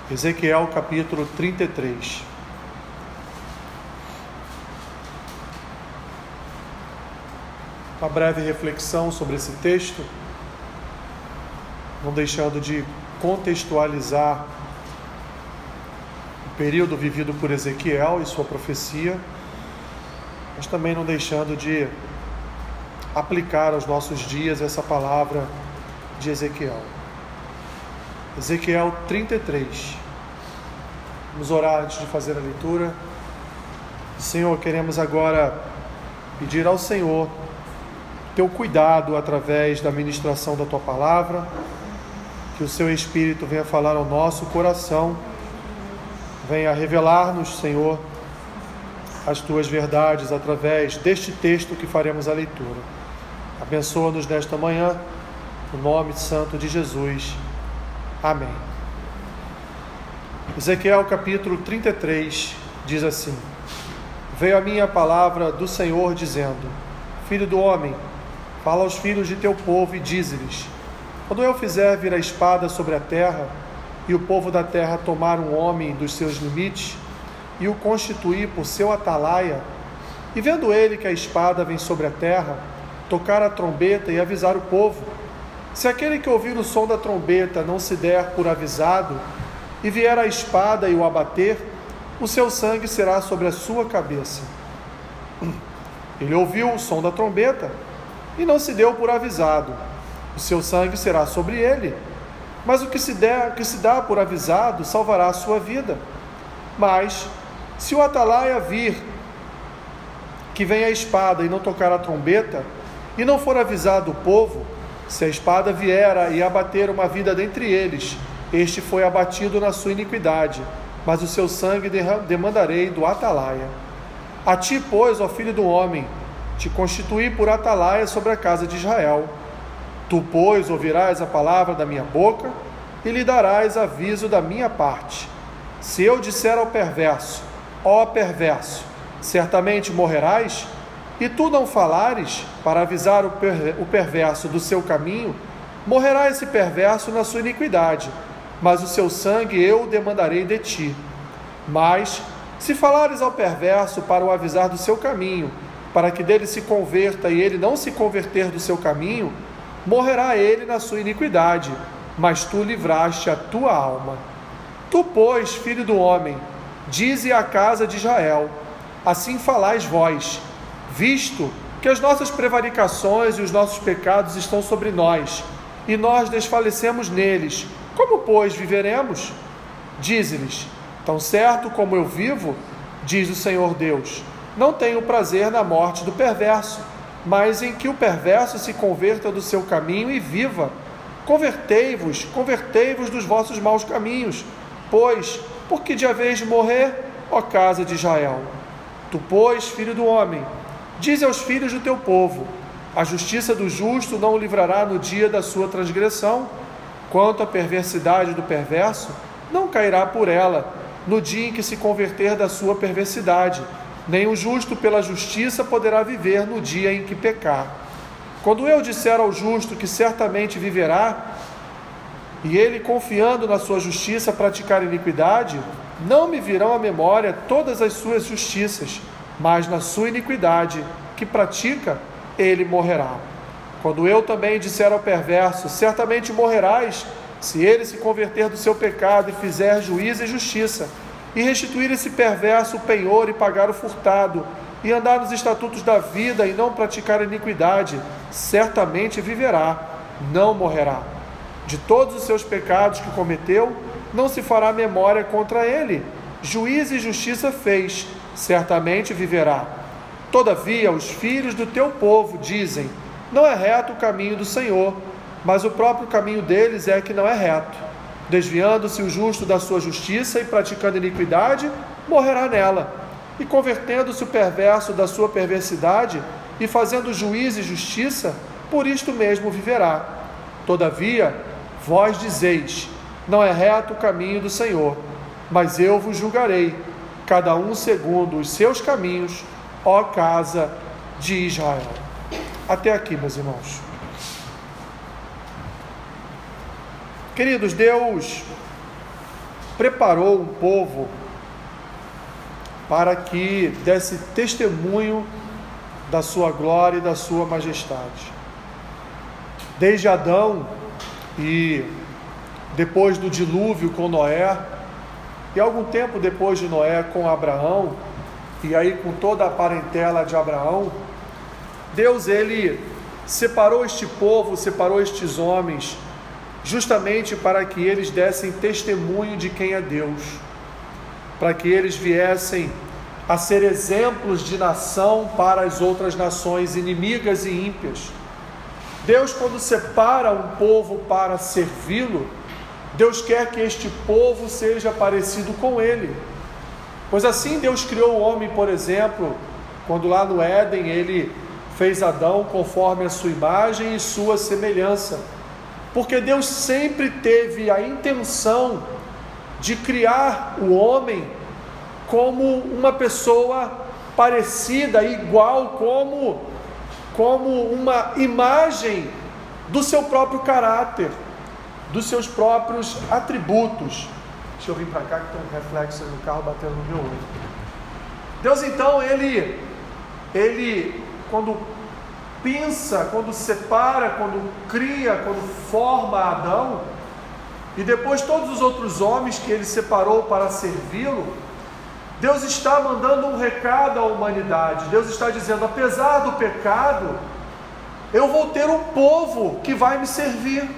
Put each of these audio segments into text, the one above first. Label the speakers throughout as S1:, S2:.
S1: Ezequiel capítulo 33. Uma breve reflexão sobre esse texto, não deixando de contextualizar o período vivido por Ezequiel e sua profecia, mas também não deixando de aplicar aos nossos dias essa palavra de Ezequiel. Ezequiel 33. Vamos orar antes de fazer a leitura. Senhor, queremos agora pedir ao Senhor teu cuidado através da ministração da tua palavra, que o seu Espírito venha falar ao nosso coração, venha revelar-nos, Senhor, as tuas verdades através deste texto que faremos a leitura. Abençoa-nos nesta manhã, no nome santo de Jesus. Amém. Ezequiel capítulo 33 diz assim: Veio a mim a palavra do Senhor dizendo: Filho do homem, fala aos filhos de teu povo e dize-lhes: quando eu fizer vir a espada sobre a terra, e o povo da terra tomar um homem dos seus limites, e o constituir por seu atalaia, e vendo ele que a espada vem sobre a terra, tocar a trombeta e avisar o povo, se aquele que ouvir o som da trombeta não se der por avisado, e vier a espada e o abater, o seu sangue será sobre a sua cabeça. Ele ouviu o som da trombeta, e não se deu por avisado, o seu sangue será sobre ele, mas o que se dá por avisado salvará a sua vida. Mas, se o atalaia vir que vem a espada e não tocar a trombeta, e não for avisado o povo, se a espada vier e abater uma vida dentre eles, este foi abatido na sua iniquidade, mas o seu sangue demandarei do atalaia. A ti, pois, ó filho do homem, te constituí por atalaia sobre a casa de Israel. Tu, pois, ouvirás a palavra da minha boca e lhe darás aviso da minha parte. Se eu disser ao perverso: ó perverso, certamente morrerás, e tu não falares para avisar o perverso do seu caminho, morrerá esse perverso na sua iniquidade, mas o seu sangue eu demandarei de ti. Mas, se falares ao perverso para o avisar do seu caminho, para que dele se converta e ele não se converter do seu caminho, morrerá ele na sua iniquidade, mas tu livraste a tua alma. Tu, pois, filho do homem, dize à casa de Israel: assim falais vós, visto que as nossas prevaricações e os nossos pecados estão sobre nós, e nós desfalecemos neles, como, pois, viveremos? Dize-lhes: tão certo como eu vivo, diz o Senhor Deus, não tenho prazer na morte do perverso, mas em que o perverso se converta do seu caminho e viva. Convertei-vos dos vossos maus caminhos, pois, por que de haveis de morrer, ó casa de Israel? Tu, pois, filho do homem, dize aos filhos do teu povo: a justiça do justo não o livrará no dia da sua transgressão, quanto à perversidade do perverso, não cairá por ela, no dia em que se converter da sua perversidade, nem o justo pela justiça poderá viver no dia em que pecar. Quando eu disser ao justo que certamente viverá, e ele, confiando na sua justiça, praticar iniquidade, não me virão à memória todas as suas justiças, mas na sua iniquidade, que pratica, ele morrerá. Quando eu também disser ao perverso: certamente morrerás, se ele se converter do seu pecado e fizer juízo e justiça, e restituir esse perverso o penhor e pagar o furtado, e andar nos estatutos da vida e não praticar iniquidade, certamente viverá, não morrerá. De todos os seus pecados que cometeu, não se fará memória contra ele. Juízo e justiça fez, certamente viverá. Todavia, os filhos do teu povo dizem: não é reto o caminho do Senhor, mas o próprio caminho deles é que não é reto. Desviando-se o justo da sua justiça e praticando iniquidade, morrerá nela. E convertendo-se o perverso da sua perversidade e fazendo juízo e justiça, por isto mesmo viverá. Todavia, vós dizeis: não é reto o caminho do Senhor, mas eu vos julgarei, cada um segundo os seus caminhos, ó casa de Israel. Até aqui, meus irmãos. Queridos, Deus preparou um povo para que desse testemunho da sua glória e da sua majestade. Desde Adão e depois do dilúvio com Noé, e algum tempo depois de Noé com Abraão, e aí com toda a parentela de Abraão, Deus, ele separou este povo, separou estes homens, justamente para que eles dessem testemunho de quem é Deus, para que eles viessem a ser exemplos de nação para as outras nações inimigas e ímpias. Deus, quando separa um povo para servi-lo, Deus quer que este povo seja parecido com ele. Pois assim Deus criou o homem, por exemplo, quando lá no Éden ele fez Adão conforme a sua imagem e sua semelhança. Porque Deus sempre teve a intenção de criar o homem como uma pessoa parecida, igual, como uma imagem do seu próprio caráter, dos seus próprios atributos. Deixa eu vir para cá que tem um reflexo aí no carro batendo no meu olho. Deus então, ele quando pensa, quando separa, quando cria, quando forma Adão, e depois todos os outros homens que ele separou para servi-lo, Deus está mandando um recado à humanidade. Deus está dizendo: apesar do pecado, eu vou ter um povo que vai me servir.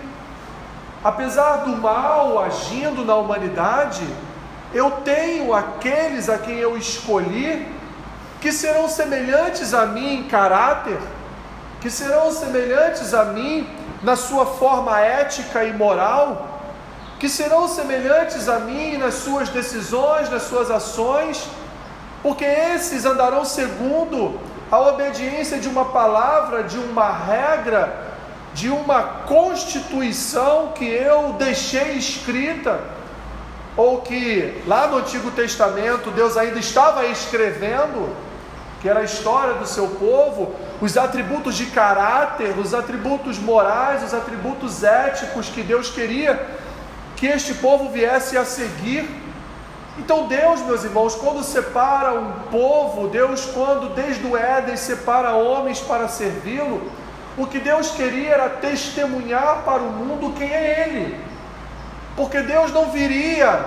S1: Apesar do mal agindo na humanidade, eu tenho aqueles a quem eu escolhi, que serão semelhantes a mim em caráter, que serão semelhantes a mim na sua forma ética e moral, que serão semelhantes a mim nas suas decisões, nas suas ações, porque esses andarão segundo a obediência de uma palavra, de uma regra, de uma constituição que eu deixei escrita, ou que lá no Antigo Testamento Deus ainda estava escrevendo, que era a história do seu povo, os atributos de caráter, os atributos morais, os atributos éticos que Deus queria que este povo viesse a seguir. Então Deus, meus irmãos, quando separa um povo, Deus, quando desde o Éden separa homens para servi-lo, o que Deus queria era testemunhar para o mundo quem é Ele, porque Deus não viria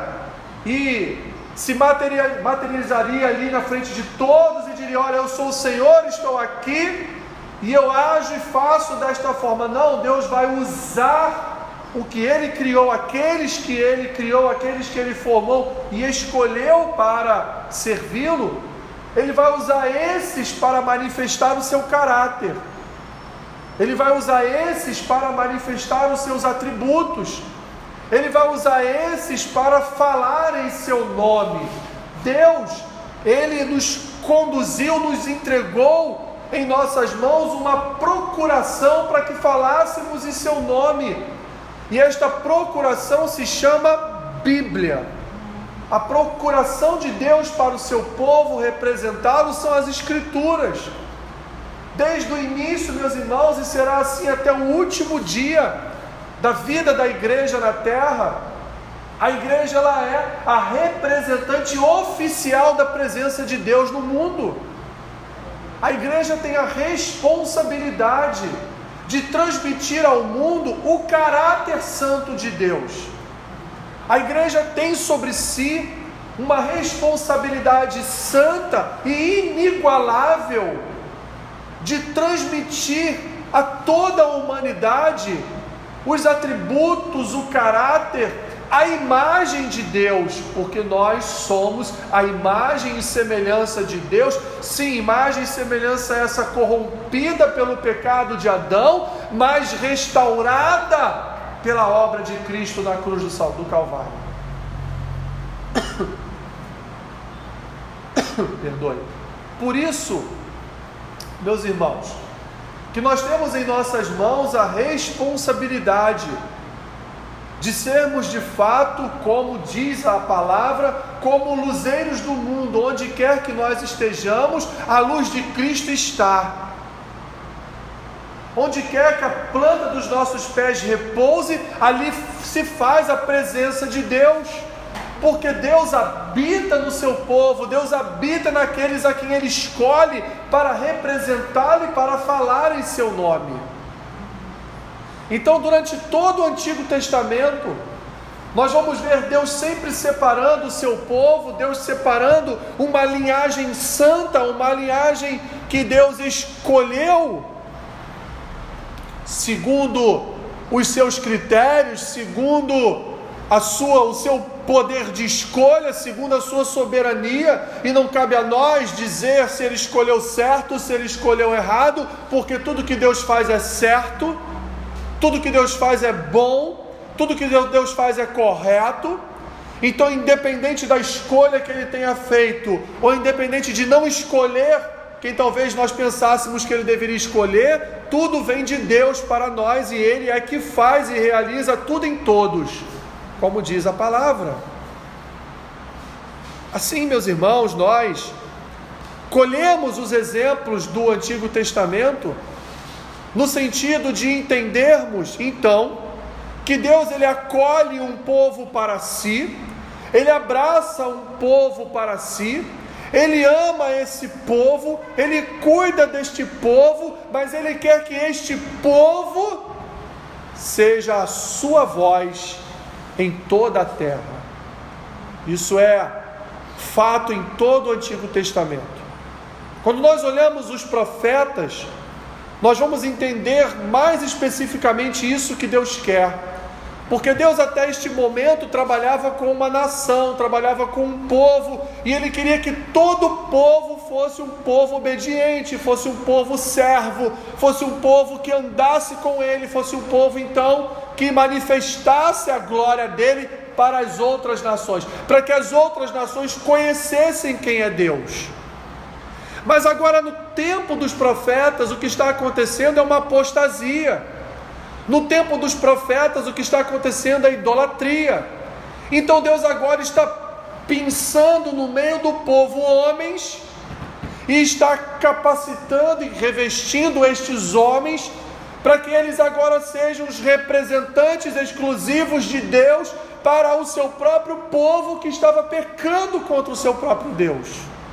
S1: e se materializaria ali na frente de todos e diria: olha, eu sou o Senhor, estou aqui e eu ajo e faço desta forma. Não, Deus vai usar o que Ele criou, aqueles que Ele criou, aqueles que Ele formou e escolheu para servi-lo. Ele vai usar esses para manifestar o seu caráter, Ele vai usar esses para manifestar os seus atributos, Ele vai usar esses para falar em seu nome. Deus, Ele nos conduziu, nos entregou em nossas mãos uma procuração para que falássemos em seu nome. E esta procuração se chama Bíblia. A procuração de Deus para o seu povo representá-lo são as Escrituras. Desde o início, meus irmãos, e será assim até o último dia da vida da igreja na terra, a igreja ela é a representante oficial da presença de Deus no mundo. A igreja tem a responsabilidade de transmitir ao mundo o caráter santo de Deus. A igreja tem sobre si uma responsabilidade santa e inigualável de transmitir a toda a humanidade os atributos, o caráter, a imagem de Deus, porque nós somos a imagem e semelhança de Deus. Sim, imagem e semelhança essa corrompida pelo pecado de Adão, mas restaurada pela obra de Cristo na cruz do Calvário. Perdoe. Por isso, meus irmãos, que nós temos em nossas mãos a responsabilidade de sermos de fato, como diz a palavra, como luzeiros do mundo, onde quer que nós estejamos, a luz de Cristo está. Onde quer que a planta dos nossos pés repouse, ali se faz a presença de Deus. Porque Deus habita no seu povo, Deus habita naqueles a quem Ele escolhe para representá-lo e para falar em seu nome. Então, durante todo o Antigo Testamento, nós vamos ver Deus sempre separando o seu povo, Deus separando uma linhagem santa, uma linhagem que Deus escolheu segundo os seus critérios, segundo o seu poder de escolha, segundo a sua soberania, e não cabe a nós dizer se Ele escolheu certo, se Ele escolheu errado, porque tudo que Deus faz é certo, tudo que Deus faz é bom, tudo que Deus faz é correto. Então, independente da escolha que Ele tenha feito, ou independente de não escolher quem talvez nós pensássemos que Ele deveria escolher, tudo vem de Deus para nós, e Ele é que faz e realiza tudo em todos, como diz a palavra. Assim, meus irmãos, nós colhemos os exemplos do Antigo Testamento no sentido de entendermos, então, que Deus Ele acolhe um povo para si, Ele abraça um povo para si, Ele ama esse povo, Ele cuida deste povo, mas Ele quer que este povo seja a sua voz em toda a terra. Isso é fato em todo o Antigo Testamento. Quando nós olhamos os profetas, nós vamos entender mais especificamente isso que Deus quer, porque Deus até este momento trabalhava com uma nação, trabalhava com um povo, e Ele queria que todo o povo fosse um povo obediente, fosse um povo servo, fosse um povo que andasse com Ele, fosse um povo então que manifestasse a glória dEle para as outras nações, para que as outras nações conhecessem quem é Deus. Mas agora, no tempo dos profetas, o que está acontecendo é uma apostasia. No tempo dos profetas, o que está acontecendo é idolatria. Então Deus agora está pensando no meio do povo homens, e está capacitando e revestindo estes homens, para que eles agora sejam os representantes exclusivos de Deus para o seu próprio povo que estava pecando contra o seu próprio Deus.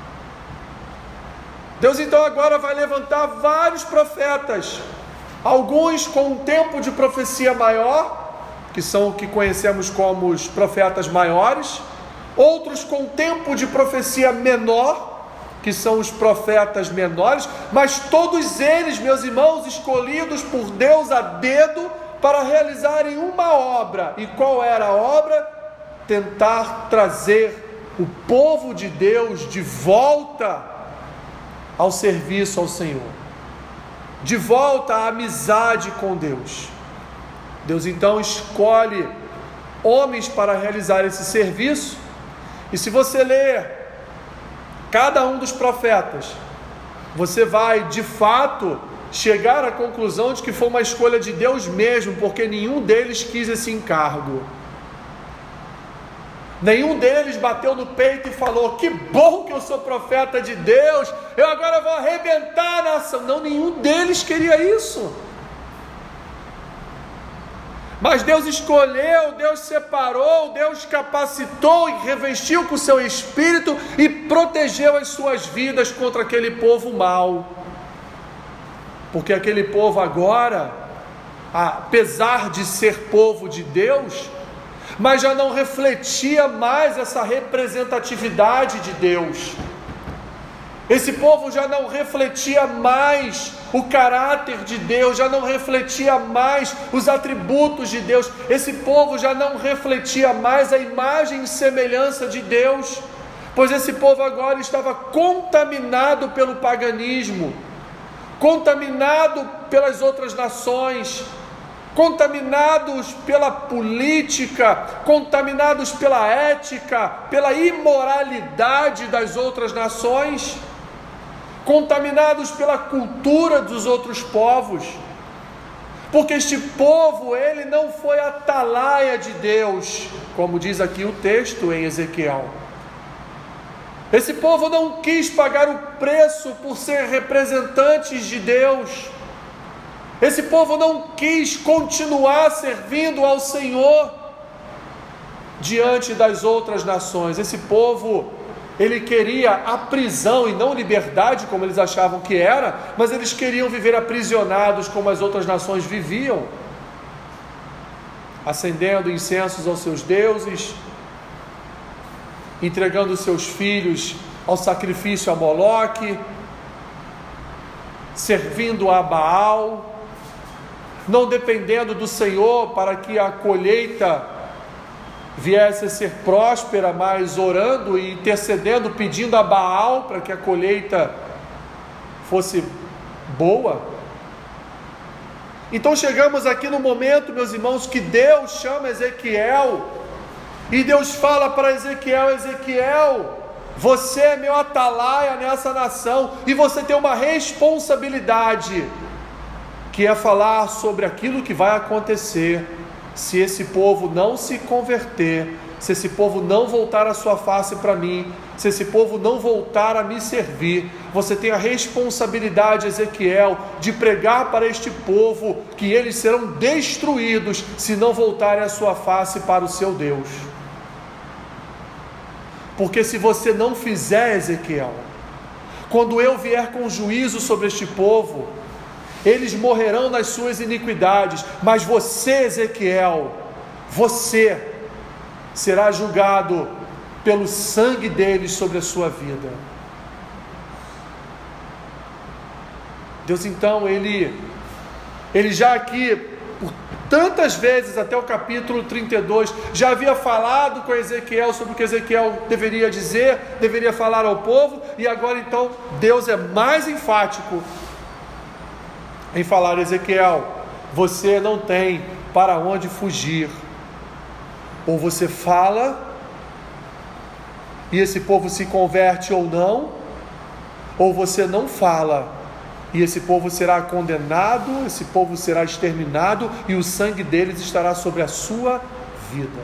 S1: Deus então agora vai levantar vários profetas, alguns com um tempo de profecia maior, que são o que conhecemos como os profetas maiores, outros com tempo de profecia menor, que são os profetas menores, mas todos eles, meus irmãos, escolhidos por Deus a dedo para realizarem uma obra. E qual era a obra? Tentar trazer o povo de Deus de volta ao serviço ao Senhor, de volta à amizade com Deus. Deus então escolhe homens para realizar esse serviço, e se você ler cada um dos profetas, você vai de fato chegar à conclusão de que foi uma escolha de Deus mesmo, porque nenhum deles quis esse encargo. Nenhum deles bateu no peito e falou: que bom que eu sou profeta de Deus, eu agora vou arrebentar a nação. Não, nenhum deles queria isso. Mas Deus escolheu, Deus separou, Deus capacitou e revestiu com o seu espírito e protegeu as suas vidas contra aquele povo mau. Porque aquele povo agora, apesar de ser povo de Deus, mas já não refletia mais essa representatividade de Deus. Esse povo já não refletia mais o caráter de Deus, já não refletia mais os atributos de Deus. Esse povo já não refletia mais a imagem e semelhança de Deus, pois esse povo agora estava contaminado pelo paganismo, contaminado pelas outras nações, contaminados pela política, contaminados pela ética, pela imoralidade das outras nações, contaminados pela cultura dos outros povos, porque este povo, ele não foi atalaia de Deus, como diz aqui o texto em Ezequiel. Esse povo não quis pagar o preço por ser representantes de Deus. Esse povo não quis continuar servindo ao Senhor. diante das outras nações. Esse povo, ele queria a prisão e não liberdade, como eles achavam que era, mas eles queriam viver aprisionados como as outras nações viviam, acendendo incensos aos seus deuses, entregando seus filhos ao sacrifício a Moloque, servindo a Baal, não dependendo do Senhor para que a colheita viesse a ser próspera, mas orando e intercedendo, pedindo a Baal para que a colheita fosse boa. Então chegamos aqui no momento, meus irmãos, que Deus chama Ezequiel, e Deus fala para Ezequiel: Ezequiel, você é meu atalaia nessa nação, e você tem uma responsabilidade, que é falar sobre aquilo que vai acontecer se esse povo não se converter, se esse povo não voltar a sua face para mim, se esse povo não voltar a me servir. Você tem a responsabilidade, Ezequiel, de pregar para este povo que eles serão destruídos se não voltarem a sua face para o seu Deus. Porque se você não fizer, Ezequiel, quando eu vier com juízo sobre este povo, eles morrerão nas suas iniquidades, mas você, Ezequiel, você será julgado pelo sangue deles sobre a sua vida. Deus então, ele já aqui, por tantas vezes, até o capítulo 32, já havia falado com Ezequiel sobre o que Ezequiel deveria dizer, deveria falar ao povo, e agora então Deus é mais enfático em falar: Ezequiel, você não tem para onde fugir. Ou você fala e esse povo se converte ou não, ou você não fala e esse povo será condenado, esse povo será exterminado e o sangue deles estará sobre a sua vida.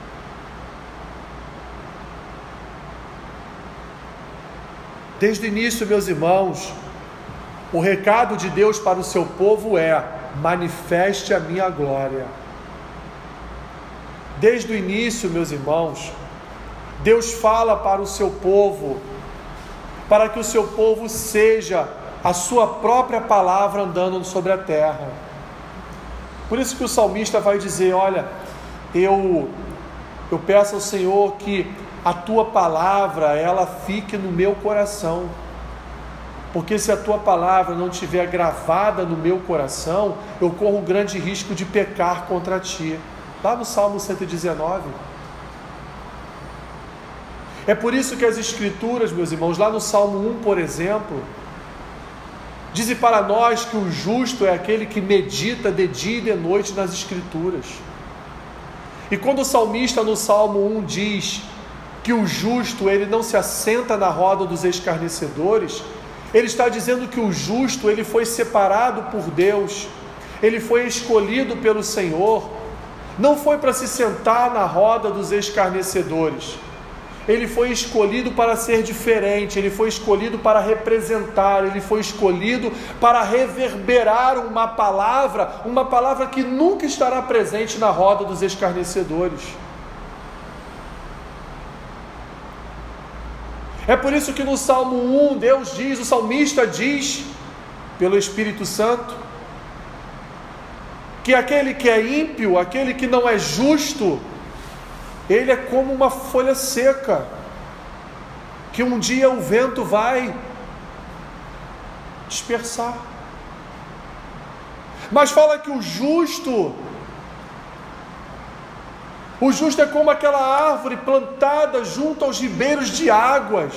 S1: Desde o início, meus irmãos, o recado de Deus para o seu povo é: manifeste a minha glória. Desde o início, meus irmãos, Deus fala para o seu povo, para que o seu povo seja a sua própria palavra andando sobre a terra. Por isso que o salmista vai dizer: olha, eu peço ao Senhor que a tua palavra, ela fique no meu coração, porque se a tua palavra não estiver gravada no meu coração, eu corro um grande risco de pecar contra ti. Lá no Salmo 119. É por isso que as Escrituras, meus irmãos, lá no Salmo 1, por exemplo, dizem para nós que o justo é aquele que medita de dia e de noite nas Escrituras. E quando o salmista no Salmo 1 diz que o justo, ele não se assenta na roda dos escarnecedores, ele está dizendo que o justo, ele foi separado por Deus, ele foi escolhido pelo Senhor, não foi para se sentar na roda dos escarnecedores, ele foi escolhido para ser diferente, ele foi escolhido para representar, ele foi escolhido para reverberar uma palavra que nunca estará presente na roda dos escarnecedores. É por isso que no Salmo 1, Deus diz, o salmista diz, pelo Espírito Santo, que aquele que é ímpio, aquele que não é justo, ele é como uma folha seca, que um dia o vento vai dispersar. Mas fala que o justo é como aquela árvore plantada junto aos ribeiros de águas.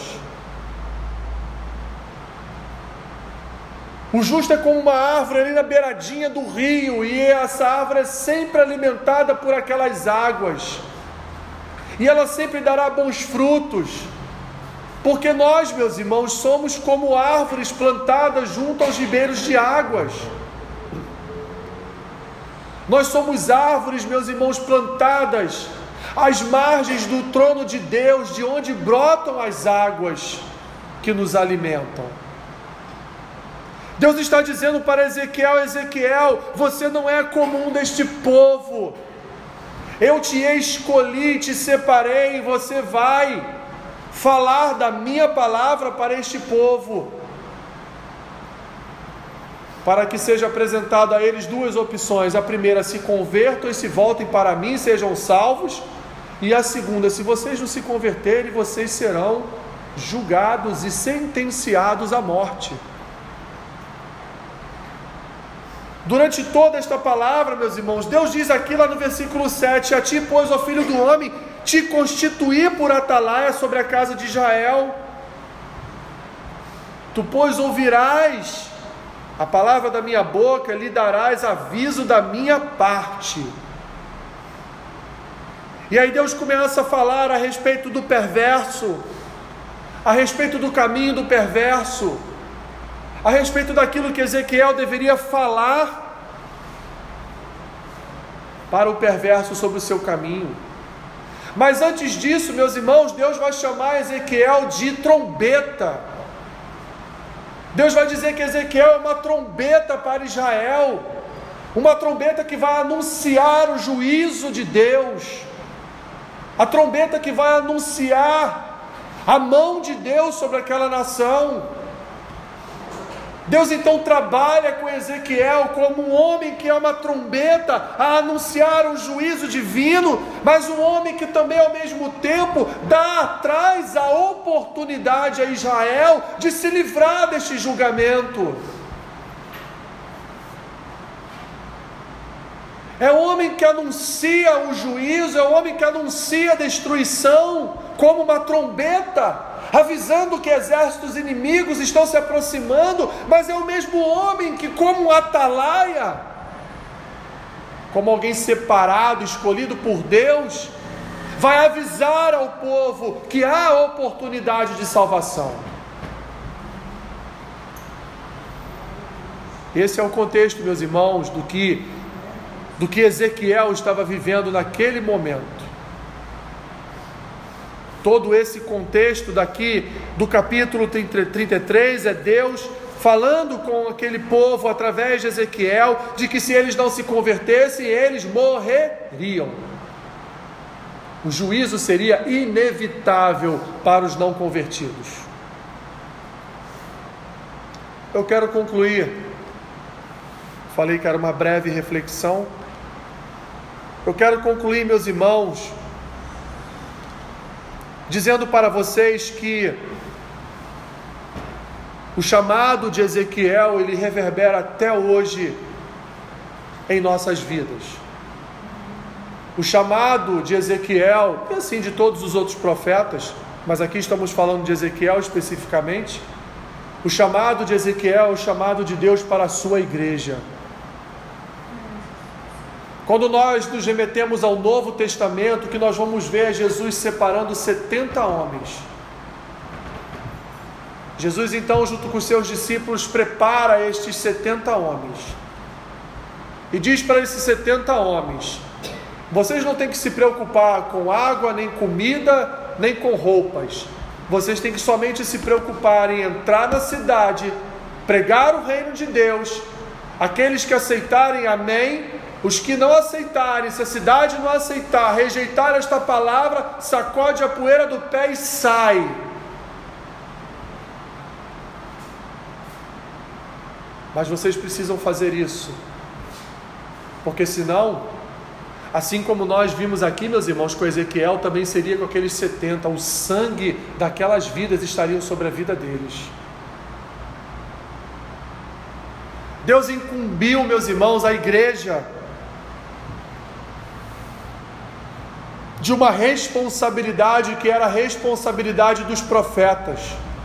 S1: O justo é como uma árvore ali na beiradinha do rio, e essa árvore é sempre alimentada por aquelas águas, e ela sempre dará bons frutos, porque nós, meus irmãos, somos como árvores plantadas junto aos ribeiros de águas. Nós somos árvores, meus irmãos, plantadas às margens do trono de Deus, de onde brotam as águas que nos alimentam. Deus está dizendo para Ezequiel: Ezequiel, você não é comum deste povo. eu te escolhi, te separei, e você vai falar da minha palavra para este povo, para que seja apresentada a eles duas opções: a primeira, se convertam e se voltem para mim, sejam salvos, e a segunda, se vocês não se converterem, vocês serão julgados e sentenciados à morte. Durante toda esta palavra, meus irmãos, Deus diz aqui lá no versículo 7: a ti, pois, ó filho do homem, te constituí por atalaia sobre a casa de Israel. Tu, pois, ouvirás a palavra da minha boca, lhe darás aviso da minha parte. E aí Deus começa a falar a respeito do perverso, a respeito do caminho do perverso, a respeito daquilo que Ezequiel deveria falar para o perverso sobre o seu caminho. Mas antes disso, meus irmãos, Deus vai chamar Ezequiel de trombeta. Deus vai dizer que Ezequiel é uma trombeta para Israel, uma trombeta que vai anunciar o juízo de Deus, a trombeta que vai anunciar a mão de Deus sobre aquela nação. Deus então trabalha com Ezequiel como um homem que é uma trombeta a anunciar o juízo divino, mas um homem que também ao mesmo tempo traz a oportunidade a Israel de se livrar deste julgamento. É o homem que anuncia o juízo, é o homem que anuncia a destruição como uma trombeta, avisando que exércitos inimigos estão se aproximando, mas é o mesmo homem que, como um atalaia, como alguém separado, escolhido por Deus, vai avisar ao povo que há oportunidade de salvação. Esse é o contexto, meus irmãos, do que Ezequiel estava vivendo naquele momento. Todo esse contexto daqui do capítulo 33 é Deus falando com aquele povo através de Ezequiel, de que se eles não se convertessem, eles morreriam. O juízo seria inevitável para os não convertidos. Eu quero concluir. Falei que era uma breve reflexão. Eu quero concluir, meus irmãos, dizendo para vocês que o chamado de Ezequiel, ele reverbera até hoje em nossas vidas. O chamado de Ezequiel, e assim de todos os outros profetas, mas aqui estamos falando de Ezequiel especificamente. O chamado de Ezequiel é o chamado de Deus para a sua igreja. Quando nós nos remetemos ao Novo Testamento, que nós vamos ver Jesus separando 70 homens. Jesus então, junto com os seus discípulos, prepara estes 70 homens. E diz para esses 70 homens: vocês não têm que se preocupar com água, nem comida, nem com roupas. Vocês têm que somente se preocupar em entrar na cidade, pregar o reino de Deus. Aqueles que aceitarem, amém. Os que não aceitarem, se a cidade não aceitar, rejeitar esta palavra, sacode a poeira do pé e sai. Mas vocês precisam fazer isso, porque senão, assim como nós vimos aqui, meus irmãos, com Ezequiel, também seria com aqueles 70, o sangue daquelas vidas estaria sobre a vida deles. Deus incumbiu, meus irmãos, a igreja de uma responsabilidade que era a responsabilidade dos profetas.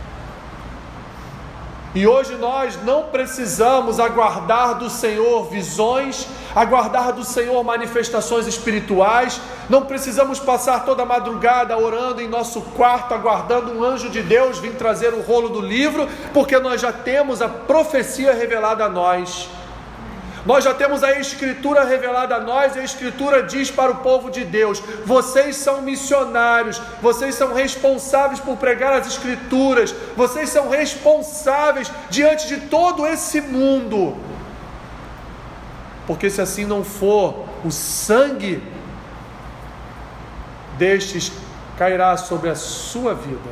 S1: E hoje nós não precisamos aguardar do Senhor visões, aguardar do Senhor manifestações espirituais, não precisamos passar toda a madrugada orando em nosso quarto, aguardando um anjo de Deus vir trazer o rolo do livro, porque nós já temos a profecia revelada a nós. Nós já temos a Escritura revelada a nós, e a Escritura diz para o povo de Deus: vocês são missionários, vocês são responsáveis por pregar as Escrituras, vocês são responsáveis diante de todo esse mundo, porque se assim não for, o sangue destes cairá sobre a sua vida.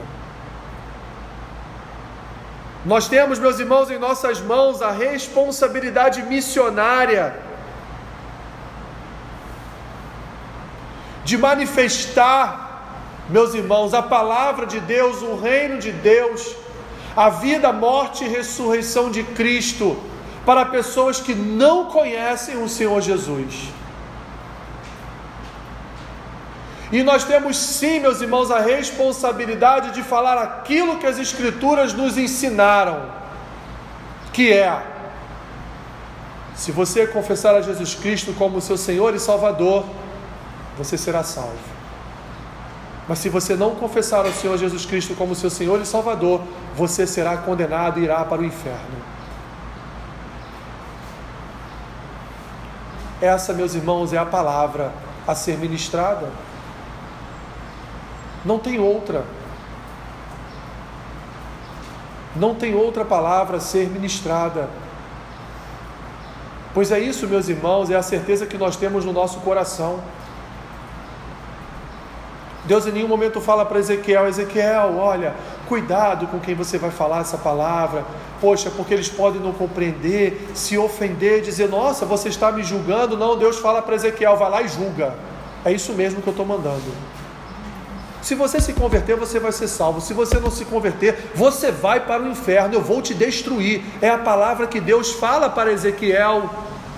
S1: Nós temos, meus irmãos, em nossas mãos a responsabilidade missionária de manifestar, meus irmãos, a palavra de Deus, o reino de Deus, a vida, morte e ressurreição de Cristo para pessoas que não conhecem o Senhor Jesus. E nós temos sim, meus irmãos, a responsabilidade de falar aquilo que as Escrituras nos ensinaram, que é: se você confessar a Jesus Cristo como seu Senhor e Salvador, você será salvo. Mas se você não confessar ao Senhor Jesus Cristo como seu Senhor e Salvador, você será condenado e irá para o inferno. Essa, meus irmãos, é a palavra a ser ministrada. Não tem outra. Não tem outra palavra a ser ministrada. Pois é isso, meus irmãos, é a certeza que nós temos no nosso coração. Deus em nenhum momento fala para Ezequiel: Ezequiel, olha, cuidado com quem você vai falar essa palavra, poxa, porque eles podem não compreender, se ofender, dizer: nossa, você está me julgando. Não, Deus fala para Ezequiel: vai lá e julga. É isso mesmo que eu estou mandando. Se você se converter, você vai ser salvo. Se você não se converter, você vai para o inferno, eu vou te destruir. É a palavra que Deus fala para Ezequiel.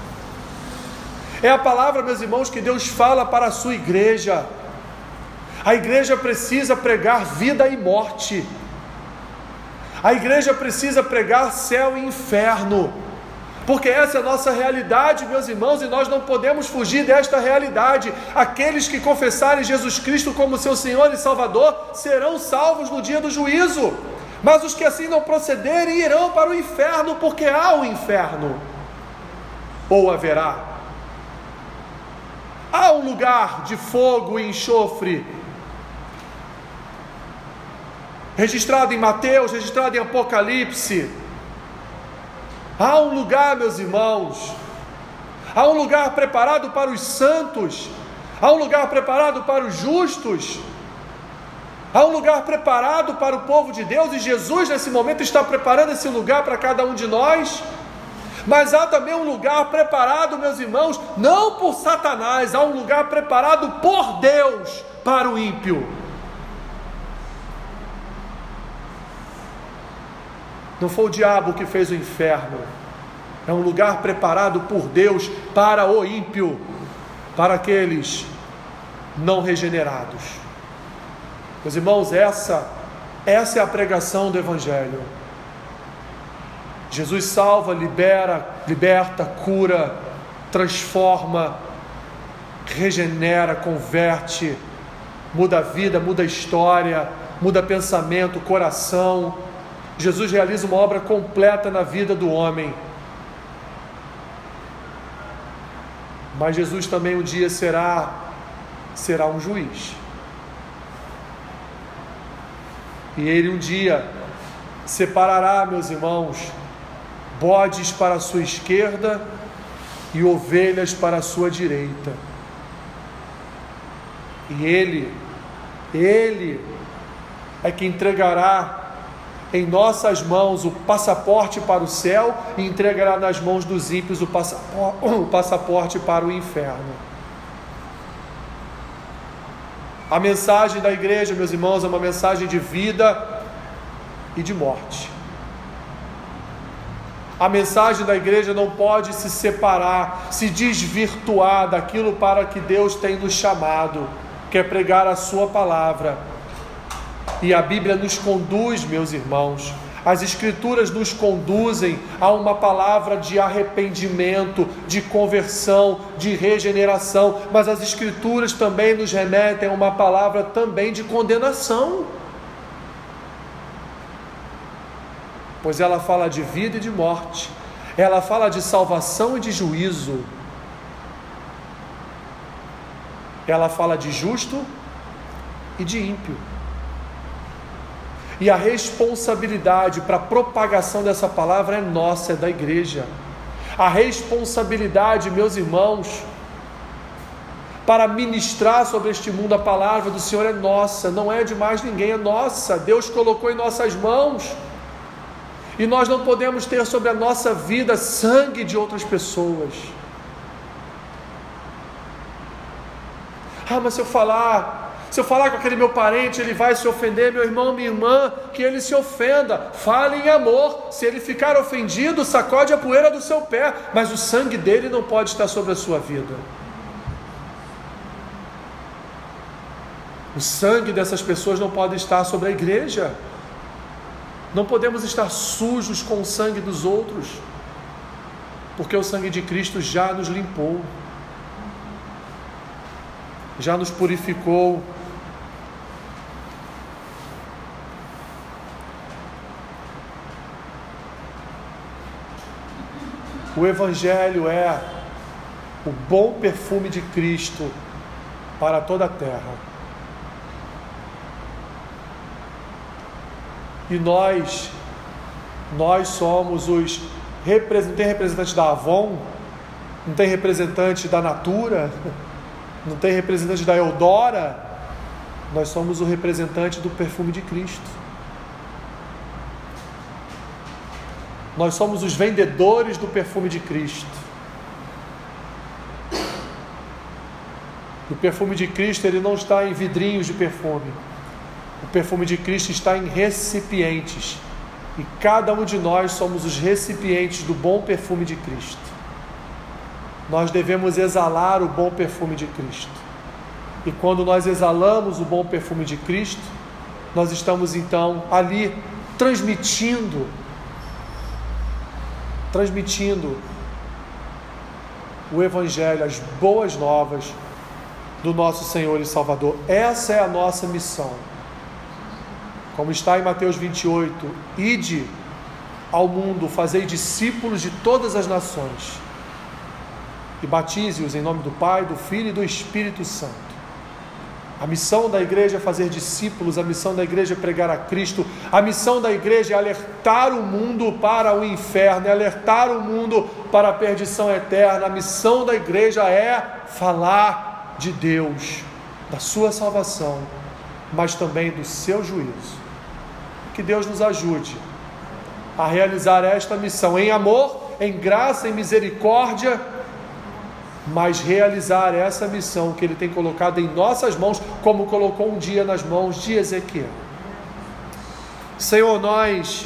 S1: É a palavra, meus irmãos, que Deus fala para a sua igreja. A igreja precisa pregar vida e morte. A igreja precisa pregar céu e inferno. Porque essa é a nossa realidade, meus irmãos, e nós não podemos fugir desta realidade. Aqueles que confessarem Jesus Cristo como seu Senhor e Salvador serão salvos no dia do juízo. Mas os que assim não procederem irão para o inferno, porque há o inferno. Ou haverá. Há um lugar de fogo e enxofre, registrado em Mateus, registrado em Apocalipse. Há um lugar, meus irmãos, há um lugar preparado para os santos, há um lugar preparado para os justos, há um lugar preparado para o povo de Deus, e Jesus nesse momento está preparando esse lugar para cada um de nós. Mas há também um lugar preparado, meus irmãos, não por Satanás, há um lugar preparado por Deus para o ímpio. Não foi o diabo que fez o inferno. É um lugar preparado por Deus para o ímpio, para aqueles não regenerados. Meus irmãos, essa é a pregação do Evangelho. Jesus salva, liberta, cura, transforma, regenera, converte, muda a vida, muda a história, muda pensamento, coração. Jesus realiza uma obra completa na vida do homem. Mas Jesus também um dia será um juiz. E Ele um dia separará, meus irmãos, bodes para a sua esquerda e ovelhas para a sua direita. E Ele é que entregará em nossas mãos o passaporte para o céu e entregará nas mãos dos ímpios o passaporte para o inferno. A mensagem da igreja, meus irmãos, é uma mensagem de vida e de morte. A mensagem da igreja não pode se separar, se desvirtuar daquilo para que Deus tem nos chamado, que é pregar a sua palavra. E a Bíblia nos conduz, meus irmãos, as Escrituras nos conduzem a uma palavra de arrependimento, de conversão, de regeneração, mas as Escrituras também nos remetem a uma palavra também de condenação, pois ela fala de vida e de morte, ela fala de salvação e de juízo, ela fala de justo e de ímpio. E a responsabilidade para a propagação dessa palavra é nossa, é da igreja. A responsabilidade, meus irmãos, para ministrar sobre este mundo. A palavra do Senhor é nossa, não é de mais ninguém, é nossa. Deus colocou em nossas mãos, e nós não podemos ter sobre a nossa vida sangue de outras pessoas. Mas se eu falar com aquele meu parente, ele vai se ofender. Meu irmão, minha irmã, que ele se ofenda, fale em amor. Se ele ficar ofendido, sacode a poeira do seu pé, mas o sangue dele não pode estar sobre a sua vida. O sangue dessas pessoas não pode estar sobre a igreja. Não podemos estar sujos com o sangue dos outros, porque o sangue de Cristo já nos limpou, já nos purificou. O Evangelho é o bom perfume de Cristo para toda a terra. E nós somos os representantes. Não tem representante da Avon, não tem representante da Natura, não tem representante da Eudora. Nós somos o representante do perfume de Cristo. Nós somos os vendedores do perfume de Cristo. O perfume de Cristo, ele não está em vidrinhos de perfume. O perfume de Cristo está em recipientes. E cada um de nós somos os recipientes do bom perfume de Cristo. Nós devemos exalar o bom perfume de Cristo. E quando nós exalamos o bom perfume de Cristo, nós estamos então ali transmitindo o Evangelho, as boas novas do nosso Senhor e Salvador. Essa é a nossa missão. Como está em Mateus 28, ide ao mundo, fazei discípulos de todas as nações e batize-os em nome do Pai, do Filho e do Espírito Santo. A missão da igreja é fazer discípulos, a missão da igreja é pregar a Cristo, a missão da igreja é alertar o mundo para o inferno, é alertar o mundo para a perdição eterna. A missão da igreja é falar de Deus, da sua salvação, mas também do seu juízo. Que Deus nos ajude a realizar esta missão em amor, em graça, em misericórdia, mas realizar essa missão que Ele tem colocado em nossas mãos, como colocou um dia nas mãos de Ezequiel. Senhor, nós,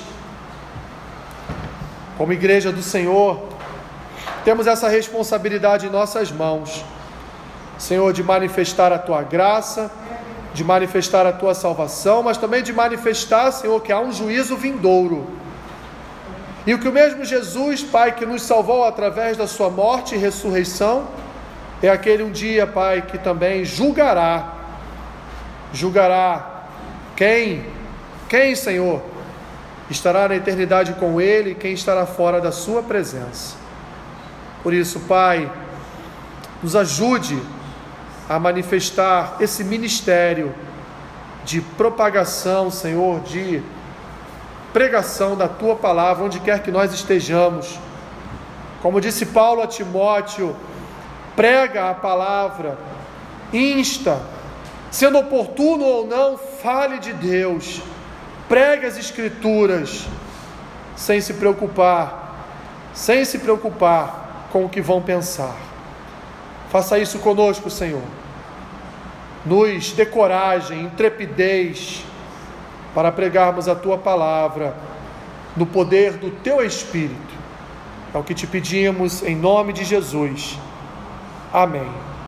S1: como igreja do Senhor, temos essa responsabilidade em nossas mãos, Senhor, de manifestar a Tua graça, de manifestar a Tua salvação, mas também de manifestar, Senhor, que há um juízo vindouro. E o que o mesmo Jesus, Pai, que nos salvou através da Sua morte e ressurreição, é aquele um dia, Pai, que também julgará quem, Senhor, estará na eternidade com Ele e quem estará fora da Sua presença. Por isso, Pai, nos ajude a manifestar esse ministério de propagação, Senhor, de pregação da Tua palavra, onde quer que nós estejamos. Como disse Paulo a Timóteo, prega a palavra, insta, sendo oportuno ou não, fale de Deus, pregue as Escrituras, sem se preocupar com o que vão pensar. Faça isso conosco, Senhor. Nos dê coragem, intrepidez, para pregarmos a Tua palavra, no poder do Teu Espírito. É o que te pedimos, em nome de Jesus. Amém.